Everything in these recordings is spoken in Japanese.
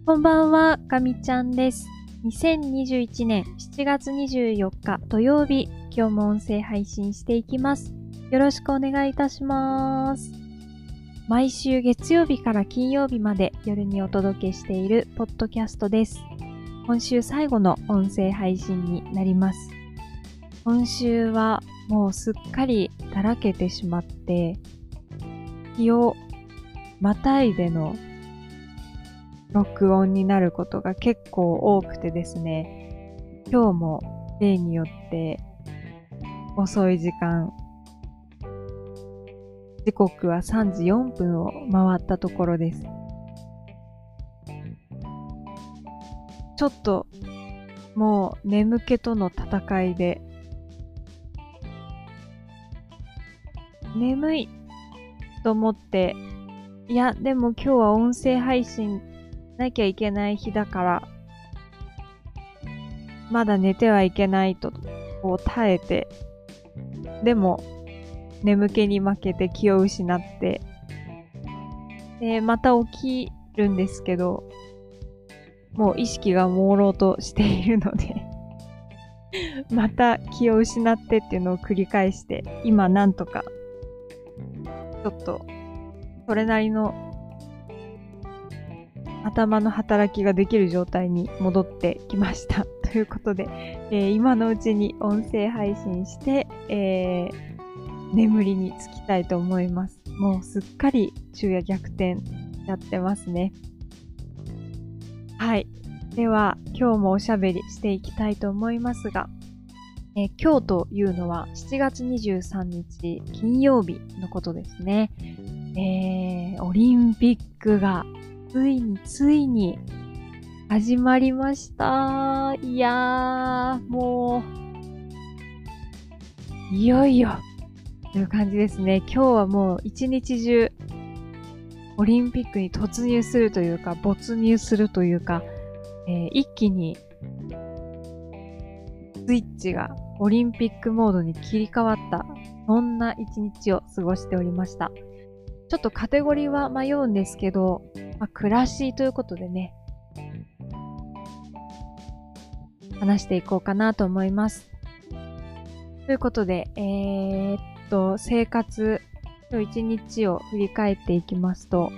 こんばんは、かみちゃんです。2021年7月24日土曜日、今日も音声配信していきます。よろしくお願いいたします。毎週月曜日から金曜日まで夜にお届けしているポッドキャストです。今週最後の音声配信になります。今週はもうすっかりだらけてしまって、日をまたいでの録音になることが結構多くてですね、今日も例によって遅い時間、時刻は3時4分を回ったところです。ちょっともう眠気との戦いで眠いと思って、いやでも今日は音声配信なきゃいけない日だからまだ寝てはいけないとこう耐えて、でも眠気に負けて気を失って、でまた起きるんですけど、もう意識が朦朧としているのでまた気を失ってっていうのを繰り返して、今なんとかちょっとそれなりの頭の働きができる状態に戻ってきましたということで、今のうちに音声配信して、眠りにつきたいと思います。もうすっかり昼夜逆転やってますね。はい。では今日もおしゃべりしていきたいと思いますが、今日というのは7月23日金曜日のことですね。オリンピックがついに始まりました。いやー、もう、いよいよという感じですね。今日はもう一日中オリンピックに突入するというか、没入するというか、一気にスイッチがオリンピックモードに切り替わった、そんな一日を過ごしておりました。ちょっとカテゴリーは迷うんですけど、暮らしということでね、話していこうかなと思います。ということで、生活の一日を振り返っていきますと、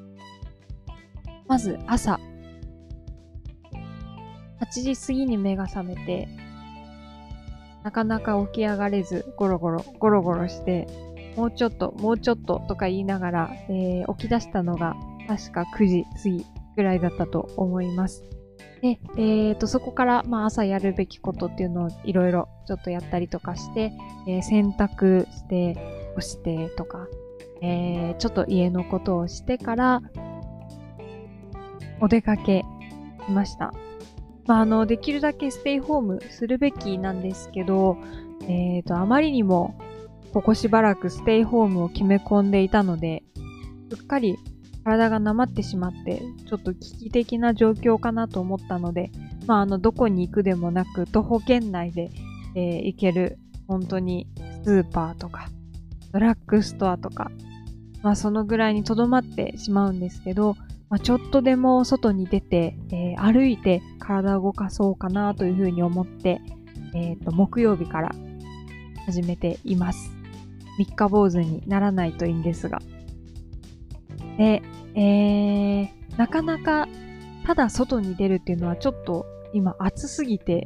まず朝、8時過ぎに目が覚めて、なかなか起き上がれず、ゴロゴロして、もうちょっととか言いながら、起き出したのが確か9時過ぎぐらいだったと思います。で、そこから、朝やるべきことっていうのをいろいろちょっとやったりとかして、洗濯して、干してとか、ちょっと家のことをしてから、お出かけしました。できるだけステイホームするべきなんですけど、あまりにもここしばらくステイホームを決め込んでいたので、すっかり体がなまってしまって、ちょっと危機的な状況かなと思ったので、どこに行くでもなく、徒歩圏内で、行ける、本当にスーパーとか、ドラッグストアとか、そのぐらいに留まってしまうんですけど、ちょっとでも外に出て、歩いて体を動かそうかなというふうに思って、木曜日から始めています。三日坊主にならないといいんですが。で、なかなかただ外に出るっていうのはちょっと今暑すぎて、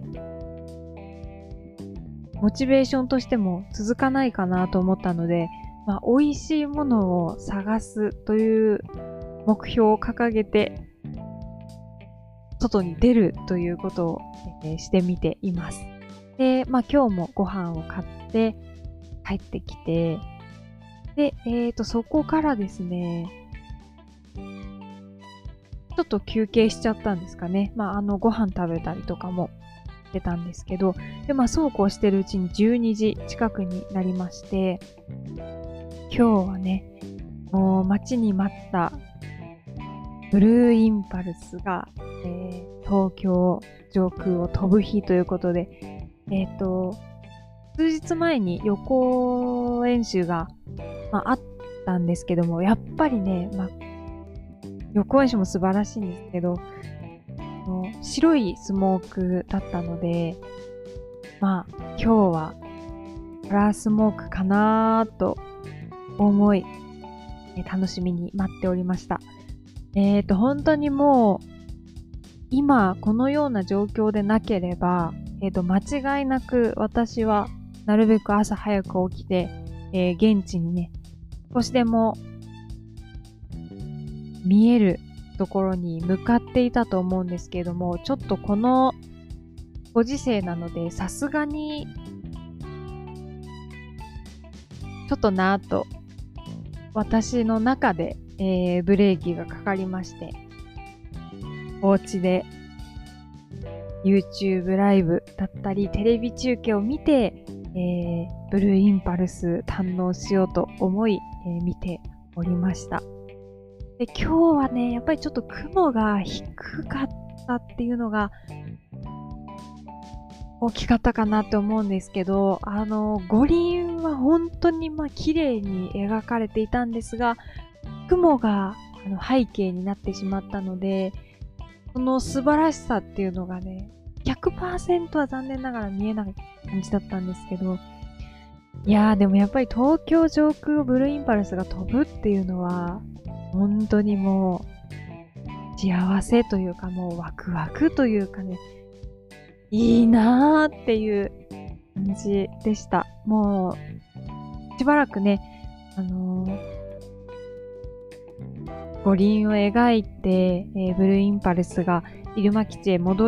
モチベーションとしても続かないかなと思ったので、美味しいものを探すという目標を掲げて、外に出るということを、してみています。で、今日もご飯を買って帰ってきて、で、そこからですね、ちょっと休憩しちゃったんですかね。ご飯食べたりとかもしてたんですけど、で、そうこうしてるうちに12時近くになりまして、今日はね、もう待ちに待ったブルーインパルスが、東京上空を飛ぶ日ということで、数日前に予行演習が、あったんですけども、やっぱりね、 予行演習も素晴らしいんですけど、白いスモークだったので、まあ、今日はカラースモークかなと思い、楽しみに待っておりました。本当にもう、今このような状況でなければ、間違いなく私はなるべく朝早く起きて、現地にね、少しでも見えるところに向かっていたと思うんですけれども、ちょっとこのご時世なので、さすがに、ちょっとなぁと、私の中で、ブレーキがかかりまして、お家で YouTube ライブだったり、テレビ中継を見て、ブルーインパルス堪能しようと思い、見ておりました。で、今日はね、やっぱりちょっと雲が低かったっていうのが大きかったかなって思うんですけど、五輪は本当に綺麗に描かれていたんですが、雲が背景になってしまったので、その素晴らしさっていうのがね、100% は残念ながら見えない感じだったんですけど、いやーでもやっぱり東京上空をブルーインパルスが飛ぶっていうのは、本当にもう幸せというかもうワクワクというかね、いいなーっていう感じでした。もうしばらくね、五輪を描いて、ブルーインパルスが入間基地へ戻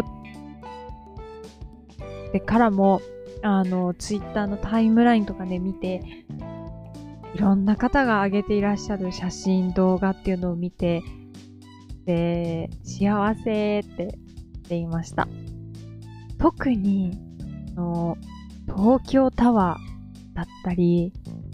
ってからも、ツイッターのタイムラインとかね、見て、いろんな方が上げていらっしゃる写真、動画っていうのを見て、で、幸せって言っていました。特に、東京タワーだったり、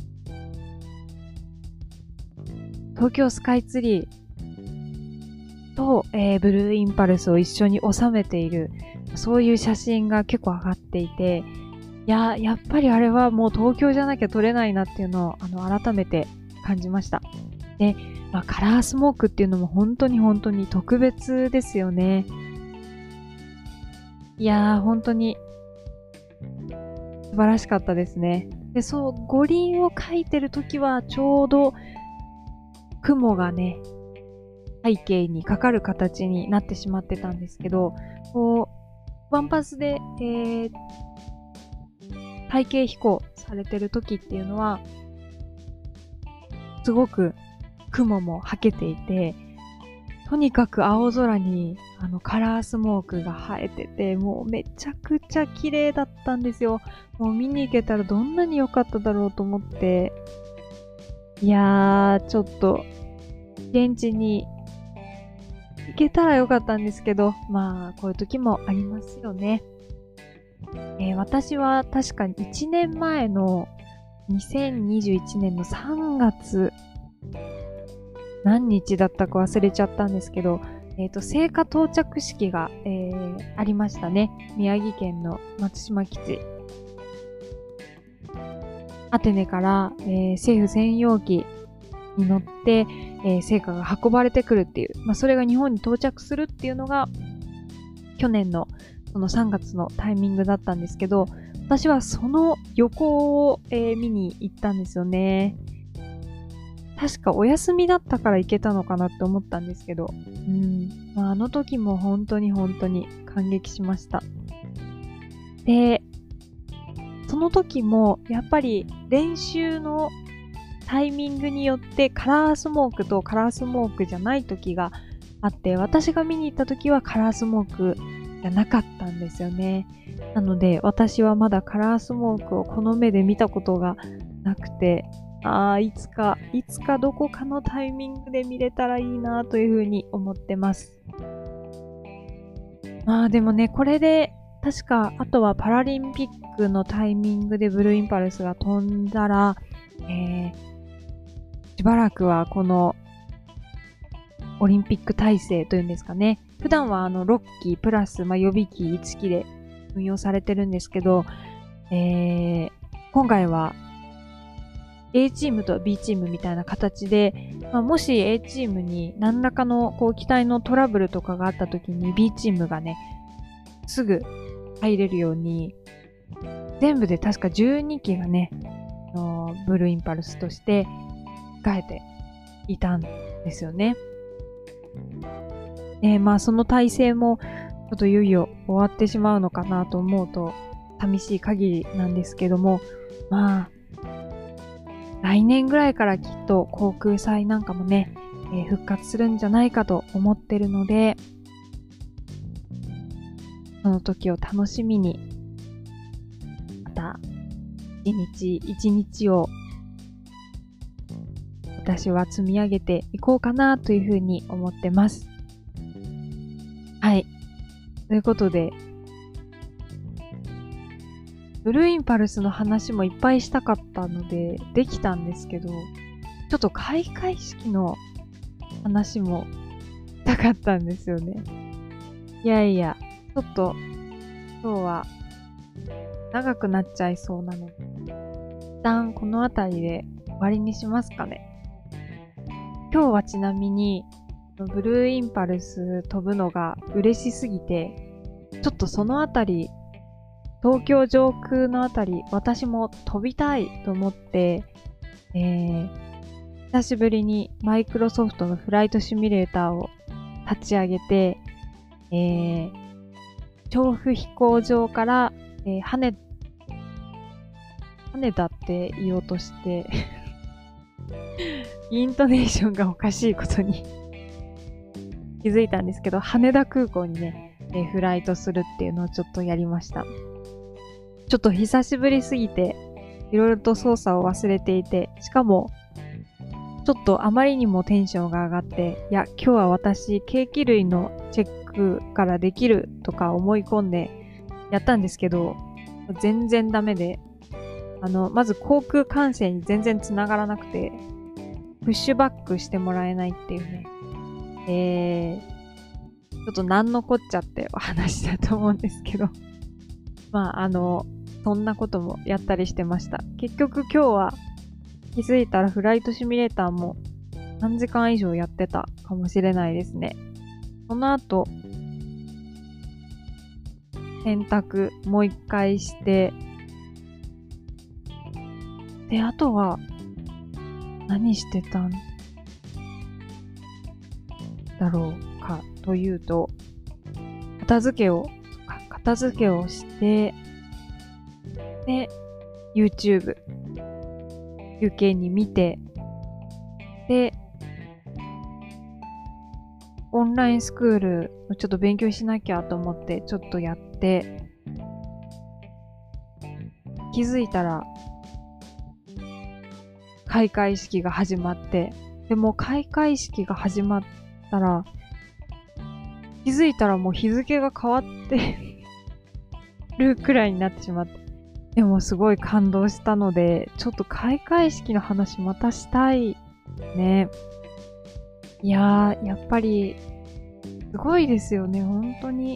東京スカイツリーと、ブルーインパルスを一緒に収めている、そういう写真が結構上がっていて、やっぱりあれはもう東京じゃなきゃ撮れないなっていうのを改めて感じました。で、カラースモークっていうのも本当に特別ですよね。いやー、本当に素晴らしかったですね。で、そう、五輪を描いてる時はちょうど雲がね、背景にかかる形になってしまってたんですけど、こう、ワンパスで、背景飛行されてる時っていうのは、すごく雲もはけていて、とにかく青空にカラースモークが生えてて、もうめちゃくちゃ綺麗だったんですよ。もう見に行けたらどんなに良かっただろうと思って、いやー、ちょっと、現地に行けたらよかったんですけど、こういう時もありますよね。私は確かに1年前の2021年の3月何日だったか忘れちゃったんですけど、聖火到着式が、ありましたね。宮城県の松島基地。アテネから、政府専用機に乗って、聖火が運ばれてくるっていう、それが日本に到着するっていうのが去年のその3月のタイミングだったんですけど、私はその予行を、見に行ったんですよね。確かお休みだったから行けたのかなって思ったんですけど、あの時も本当に感激しました。で、その時もやっぱり練習のタイミングによってカラースモークとカラースモークじゃない時があって、私が見に行った時はカラースモークじゃなかったんですよね。なので私はまだカラースモークをこの目で見たことがなくて、いつかどこかのタイミングで見れたらいいなというふうに思ってます。でもね、これで確かあとはパラリンピックのタイミングでブルーインパルスが飛んだら、しばらくはこのオリンピック体制というんですかね。普段は6機プラス、予備機1機で運用されてるんですけど、今回は A チームと B チームみたいな形で、もし A チームに何らかの機体のトラブルとかがあった時に B チームがね、すぐ入れるように、全部で確か12機がね、ブルーインパルスとして控えていたんですよね。その体制もちょっといよいよ終わってしまうのかなと思うと寂しい限りなんですけども、来年ぐらいからきっと航空祭なんかもね、復活するんじゃないかと思ってるので、その時を楽しみに、また一日一日を私は積み上げていこうかなというふうに思ってます。はい。ということで、ブルーインパルスの話もいっぱいしたかったので、できたんですけど、ちょっと開会式の話もしたかったんですよね。いやいや、ちょっと今日は長くなっちゃいそうなので、一旦この辺りで終わりにしますかね。今日はちなみに、ブルーインパルス飛ぶのが嬉しすぎて、ちょっとそのあたり、東京上空のあたり、私も飛びたいと思って、久しぶりにマイクロソフトのフライトシミュレーターを立ち上げて、調布飛行場から、羽田って言おうとしてイントネーションがおかしいことに気づいたんですけど、羽田空港にね、フライトするっていうのをちょっとやりました。ちょっと久しぶりすぎて、いろいろと操作を忘れていて、しかも、ちょっとあまりにもテンションが上がって、いや、今日は私、ケーキ類のチェックからできるとか思い込んでやったんですけど、全然ダメで、まず航空管制に全然繋がらなくて、プッシュバックしてもらえないっていうね。ちょっとなんのこっちゃってお話だと思うんですけど。そんなこともやったりしてました。結局今日は気づいたらフライトシミュレーターも3時間以上やってたかもしれないですね。その後、洗濯もう一回して、で、あとは何してたんだろうかというと、片付けをして、で、YouTube、休憩に見て、で、オンラインスクールをちょっと勉強しなきゃと思ってちょっとやって、気づいたら、開会式が始まって、でも開会式が始まったら、気づいたらもう日付が変わってるくらいになってしまって。でもすごい感動したので、ちょっと開会式の話またしたいね。いやー、やっぱり、すごいですよね、本当に。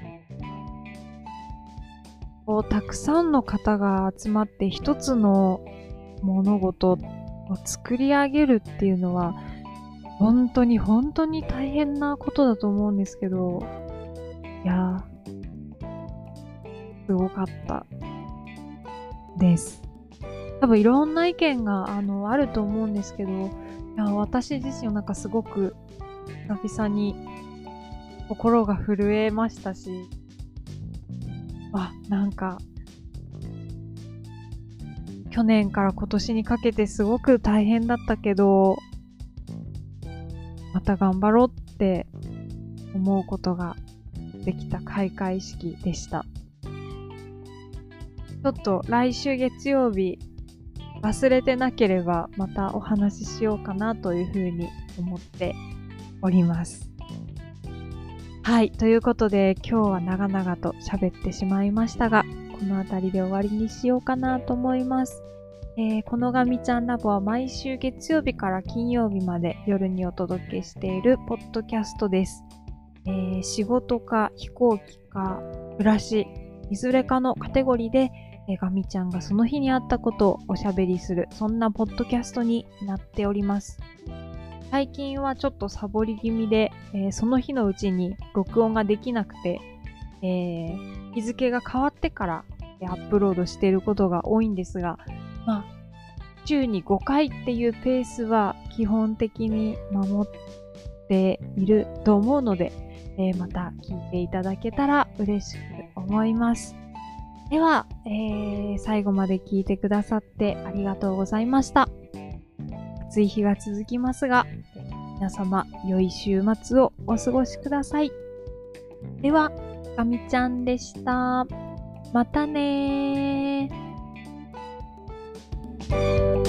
たくさんの方が集まって一つの物事を作り上げるっていうのは、本当に大変なことだと思うんですけど、いやー、すごかったです。多分いろんな意見があると思うんですけど、いや私自身はなんかすごく久々に心が震えましたし、なんか去年から今年にかけてすごく大変だったけど、また頑張ろうって思うことができた開会式でした。ちょっと来週月曜日忘れてなければまたお話ししようかなというふうに思っております。はい、ということで今日は長々と喋ってしまいましたが、この辺りで終わりにしようかなと思います。このがみちゃんラボは毎週月曜日から金曜日まで夜にお届けしているポッドキャストです。仕事か飛行機か暮らし、いずれかのカテゴリーでガミちゃんがその日にあったことをおしゃべりする、そんなポッドキャストになっております。最近はちょっとサボり気味で、その日のうちに録音ができなくて、日付が変わってからアップロードしていることが多いんですが、まあ、週に5回っていうペースは基本的に守っていると思うので、また聞いていただけたら嬉しく思います。では、最後まで聞いてくださってありがとうございました。暑い日が続きますが、皆様良い週末をお過ごしください。では、ガミちゃんでした。またねー。